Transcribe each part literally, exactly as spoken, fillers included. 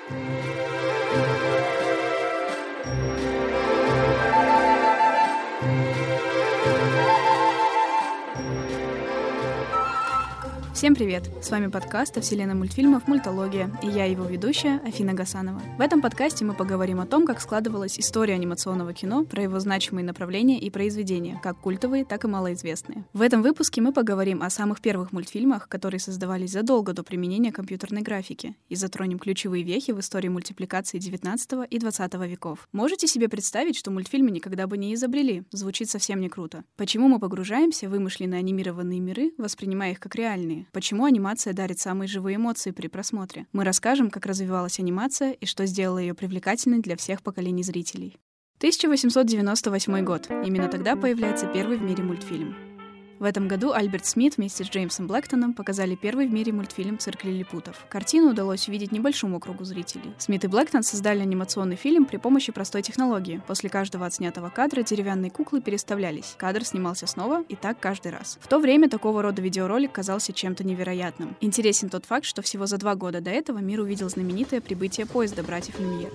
Всем привет! С вами подкаст о вселенной мультфильмов «Мультология», и я его ведущая Афина Гасанова. В этом подкасте мы поговорим о том, как складывалась история анимационного кино, про его значимые направления и произведения, как культовые, так и малоизвестные. В этом выпуске мы поговорим о самых первых мультфильмах, которые создавались задолго до применения компьютерной графики, и затронем ключевые вехи в истории мультипликации девятнадцатого и двадцатого веков. Можете себе представить, что мультфильмы никогда бы не изобрели? Звучит совсем не круто. Почему мы погружаемся в вымышленные анимированные миры, воспринимая их как реальные? Почему анимация дарит самые живые эмоции при просмотре? Мы расскажем, как развивалась анимация и что сделало ее привлекательной для всех поколений зрителей. тысяча восемьсот девяносто восьмой год. Именно тогда появляется первый в мире мультфильм. В этом году Альберт Смит вместе с Джеймсом Блэктоном показали первый в мире мультфильм «Цирк лилипутов». Картину удалось увидеть небольшому кругу зрителей. Смит и Блэктон создали анимационный фильм при помощи простой технологии. После каждого отснятого кадра деревянные куклы переставлялись. Кадр снимался снова, и так каждый раз. В то время такого рода видеоролик казался чем-то невероятным. Интересен тот факт, что всего за два года до этого мир увидел знаменитое прибытие поезда братьев Люмьер.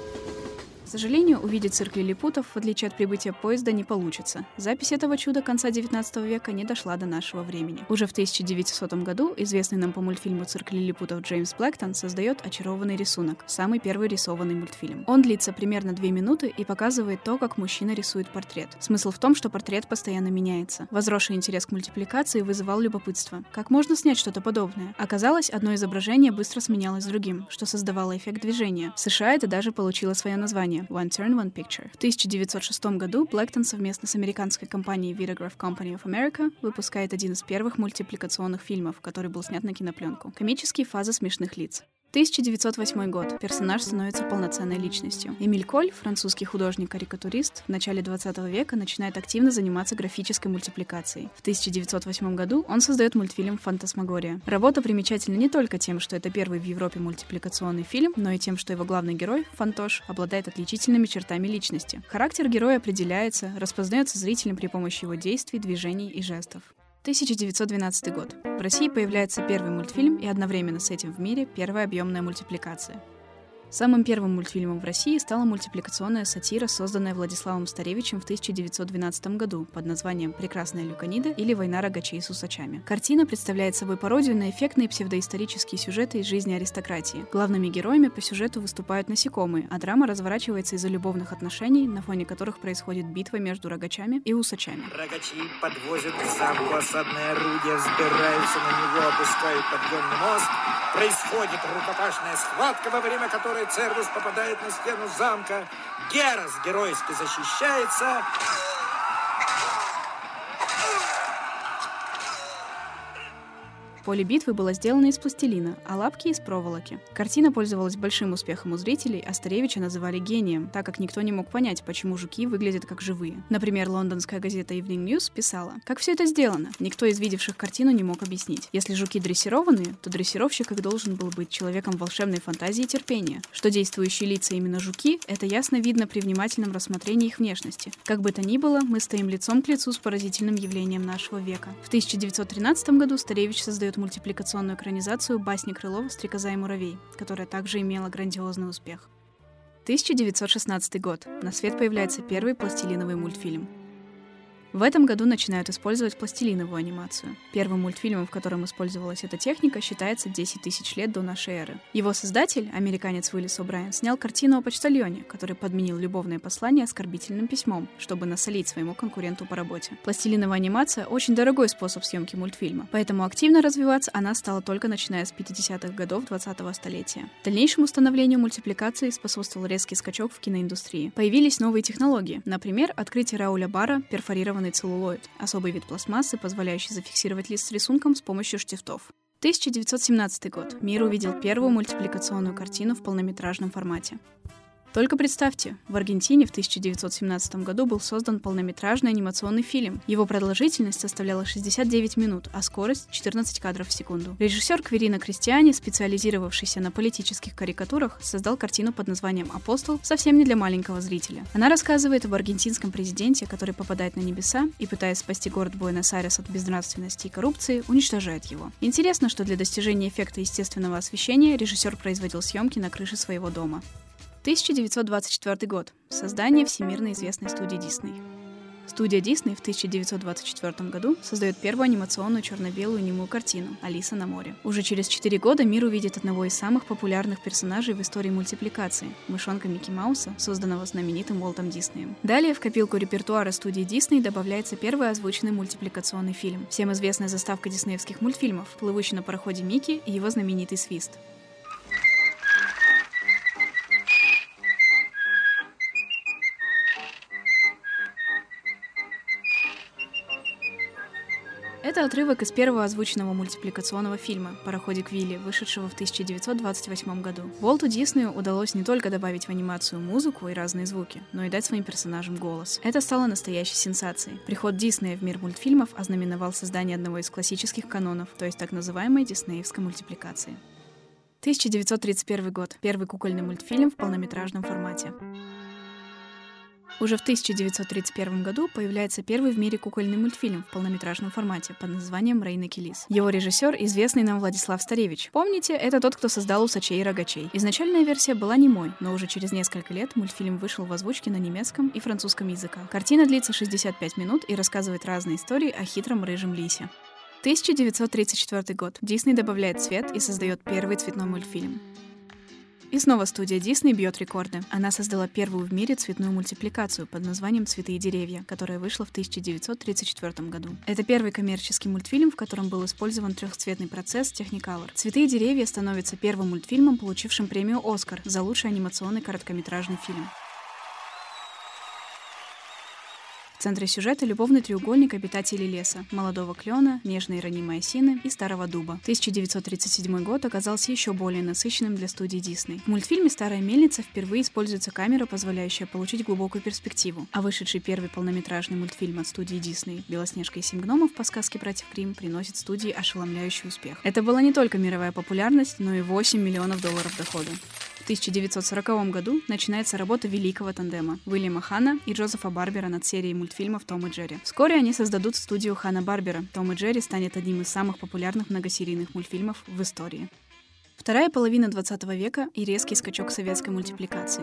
К сожалению, увидеть цирк лилипутов, в отличие от прибытия поезда, не получится. Запись этого чуда конца девятнадцатого века не дошла до нашего времени. Уже в тысяча девятисотом году известный нам по мультфильму «Цирк лилипутов» Джеймс Блэктон создает «Очарованный рисунок», самый первый рисованный мультфильм. Он длится примерно две минуты и показывает то, как мужчина рисует портрет. Смысл в том, что портрет постоянно меняется. Возросший интерес к мультипликации вызывал любопытство. Как можно снять что-то подобное? Оказалось, одно изображение быстро сменялось другим, что создавало эффект движения. В США это даже получило свое название One Turn, One Picture. В тысяча девятьсот шестом году Блэктон совместно с американской компанией Vitagraph Company of America выпускает один из первых мультипликационных фильмов, который был снят на кинопленку. Комические фазы смешных лиц. тысяча девятьсот восьмой год. Персонаж становится полноценной личностью. Эмиль Коль, французский художник-карикатурист, в начале двадцатого века начинает активно заниматься графической мультипликацией. В тысяча девятьсот восьмом году он создает мультфильм «Фантасмагория». Работа примечательна не только тем, что это первый в Европе мультипликационный фильм, но и тем, что его главный герой, Фантош, обладает отличительными чертами личности. Характер героя определяется, распознается зрителем при помощи его действий, движений и жестов. тысяча девятьсот двенадцатый год. В России появляется первый мультфильм и одновременно с этим в мире первая объемная мультипликация. Самым первым мультфильмом в России стала мультипликационная сатира, созданная Владиславом Старевичем в тысяча девятьсот двенадцатом году под названием «Прекрасная Люканида» или «Война рогачей с усачами». Картина представляет собой пародию на эффектные псевдоисторические сюжеты из жизни аристократии. Главными героями по сюжету выступают насекомые, а драма разворачивается из-за любовных отношений, на фоне которых происходит битва между рогачами и усачами. Рогачи подвозят к замку осадное орудие, взбираются на него, опускают подъемный мост. Происходит рукопашная схватка, во время которой Цербус попадает на стену замка. Герас геройски защищается. Поле битвы было сделано из пластилина, а лапки — из проволоки. Картина пользовалась большим успехом у зрителей, а Старевича называли гением, так как никто не мог понять, почему жуки выглядят как живые. Например, лондонская газета Evening News писала: «Как все это сделано? Никто из видевших картину не мог объяснить. Если жуки дрессированные, то дрессировщик их должен был быть человеком волшебной фантазии и терпения. Что действующие лица именно жуки, это ясно видно при внимательном рассмотрении их внешности. Как бы то ни было, мы стоим лицом к лицу с поразительным явлением нашего века». В тысяча девятьсот тринадцатом году Старевич создает мультипликационную экранизацию басни Крылова «Стрекоза и муравей», которая также имела грандиозный успех. тысяча девятьсот шестнадцатый год. На свет появляется первый пластилиновый мультфильм. В этом году начинают использовать пластилиновую анимацию. Первым мультфильмом, в котором использовалась эта техника, считается десять тысяч лет до нашей эры. Его создатель, американец Уиллис О'Брайен, снял картину о почтальоне, который подменил любовное послание оскорбительным письмом, чтобы насолить своему конкуренту по работе. Пластилиновая анимация — очень дорогой способ съемки мультфильма, поэтому активно развиваться она стала только начиная с пятидесятых годов двадцатого столетия. Дальнейшему становлению мультипликации способствовал резкий скачок в киноиндустрии. Появились новые технологии, например, открытие Рауля Барра, перфорированный целлулоид, особый вид пластмассы, позволяющий зафиксировать лист с рисунком с помощью штифтов. тысяча девятьсот семнадцатый год. Мир увидел первую мультипликационную картину в полнометражном формате. Только представьте, в Аргентине в тысяча девятьсот семнадцатом году был создан полнометражный анимационный фильм. Его продолжительность составляла шестьдесят девять минут, а скорость — четырнадцать кадров в секунду. Режиссер Кверино Кристиани, специализировавшийся на политических карикатурах, создал картину под названием «Апостол» совсем не для маленького зрителя. Она рассказывает об аргентинском президенте, который попадает на небеса и, пытаясь спасти город Буэнос-Айрес от безнравственности и коррупции, уничтожает его. Интересно, что для достижения эффекта естественного освещения режиссер производил съемки на крыше своего дома. тысяча девятьсот двадцать четвёртый год. Создание всемирно известной студии Дисней. Студия Дисней в тысяча девятьсот двадцать четвёртом году создает первую анимационную черно-белую немую картину «Алиса на море». Уже через четыре года мир увидит одного из самых популярных персонажей в истории мультипликации – мышонка Микки Мауса, созданного знаменитым Уолтом Диснеем. Далее в копилку репертуара студии Дисней добавляется первый озвученный мультипликационный фильм. Всем известная заставка диснеевских мультфильмов «Плывущий на пароходе Микки» и его знаменитый свист. Это отрывок из первого озвученного мультипликационного фильма «Пароходик Вилли», вышедшего в тысяча девятьсот двадцать восьмом году. Уолту Диснею удалось не только добавить в анимацию музыку и разные звуки, но и дать своим персонажам голос. Это стало настоящей сенсацией. Приход Диснея в мир мультфильмов ознаменовал создание одного из классических канонов, то есть так называемой диснеевской мультипликации. тысяча девятьсот тридцать первый год. Первый кукольный мультфильм в полнометражном формате. Уже в тысяча девятьсот тридцать первом году появляется первый в мире кукольный мультфильм в полнометражном формате под названием «Рейна Келис». Его режиссер — известный нам Владислав Старевич. Помните, это тот, кто создал «Усачей и рогачей». Изначальная версия была немой, но уже через несколько лет мультфильм вышел в озвучке на немецком и французском языках. Картина длится шестьдесят пять минут и рассказывает разные истории о хитром рыжем лисе. тысяча девятьсот тридцать четвёртый год. Дисней добавляет цвет и создает первый цветной мультфильм. И снова студия Дисней бьет рекорды. Она создала первую в мире цветную мультипликацию под названием «Цветы и деревья», которая вышла в тысяча девятьсот тридцать четвёртом году. Это первый коммерческий мультфильм, в котором был использован трехцветный процесс Technicolor. «Цветы и деревья» становится первым мультфильмом, получившим премию «Оскар» за лучший анимационный короткометражный фильм. В центре сюжета любовный треугольник обитателей леса, молодого клена, нежной и ранимой осины и старого дуба. тысяча девятьсот тридцать седьмой год оказался еще более насыщенным для студии Дисней. В мультфильме «Старая мельница» впервые используется камера, позволяющая получить глубокую перспективу, а вышедший первый полнометражный мультфильм от студии Дисней «Белоснежка и семь гномов» по сказке «Братьев Гримм» приносит студии ошеломляющий успех. Это была не только мировая популярность, но и восемь миллионов долларов дохода. В тысяча девятьсот сороковом году начинается работа великого тандема Уильяма Ханна и Джозефа Барбера над серией мультфильмов «Том и Джерри». Вскоре они создадут студию Ханна-Барбера. «Том и Джерри» станет одним из самых популярных многосерийных мультфильмов в истории. Вторая половина двадцатого века и резкий скачок советской мультипликации.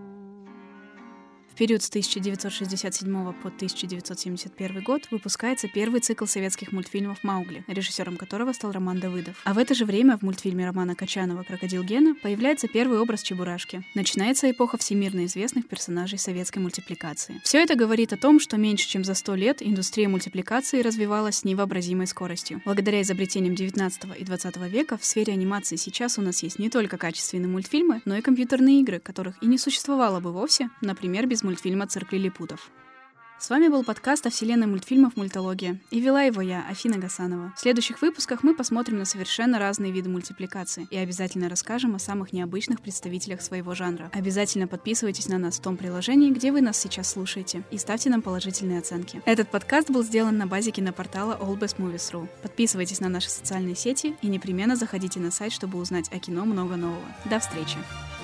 В период с тысяча девятьсот шестьдесят седьмого по тысяча девятьсот семьдесят первый год выпускается первый цикл советских мультфильмов «Маугли», режиссером которого стал Роман Давыдов. А в это же время в мультфильме Романа Качанова «Крокодил Гена» появляется первый образ Чебурашки. Начинается эпоха всемирно известных персонажей советской мультипликации. Все это говорит о том, что меньше чем за сто лет индустрия мультипликации развивалась с невообразимой скоростью. Благодаря изобретениям девятнадцатого и двадцатого века в сфере анимации сейчас у нас есть не только качественные мультфильмы, но и компьютерные игры, которых и не существовало бы вовсе, например, без мультфильма «Цирк лилипутов». С вами был подкаст о вселенной мультфильмов «Мультология», и вела его я, Афина Гасанова. В следующих выпусках мы посмотрим на совершенно разные виды мультипликации и обязательно расскажем о самых необычных представителях своего жанра. Обязательно подписывайтесь на нас в том приложении, где вы нас сейчас слушаете, и ставьте нам положительные оценки. Этот подкаст был сделан на базе кинопортала all best movies точка ру. Подписывайтесь на наши социальные сети и непременно заходите на сайт, чтобы узнать о кино много нового. До встречи!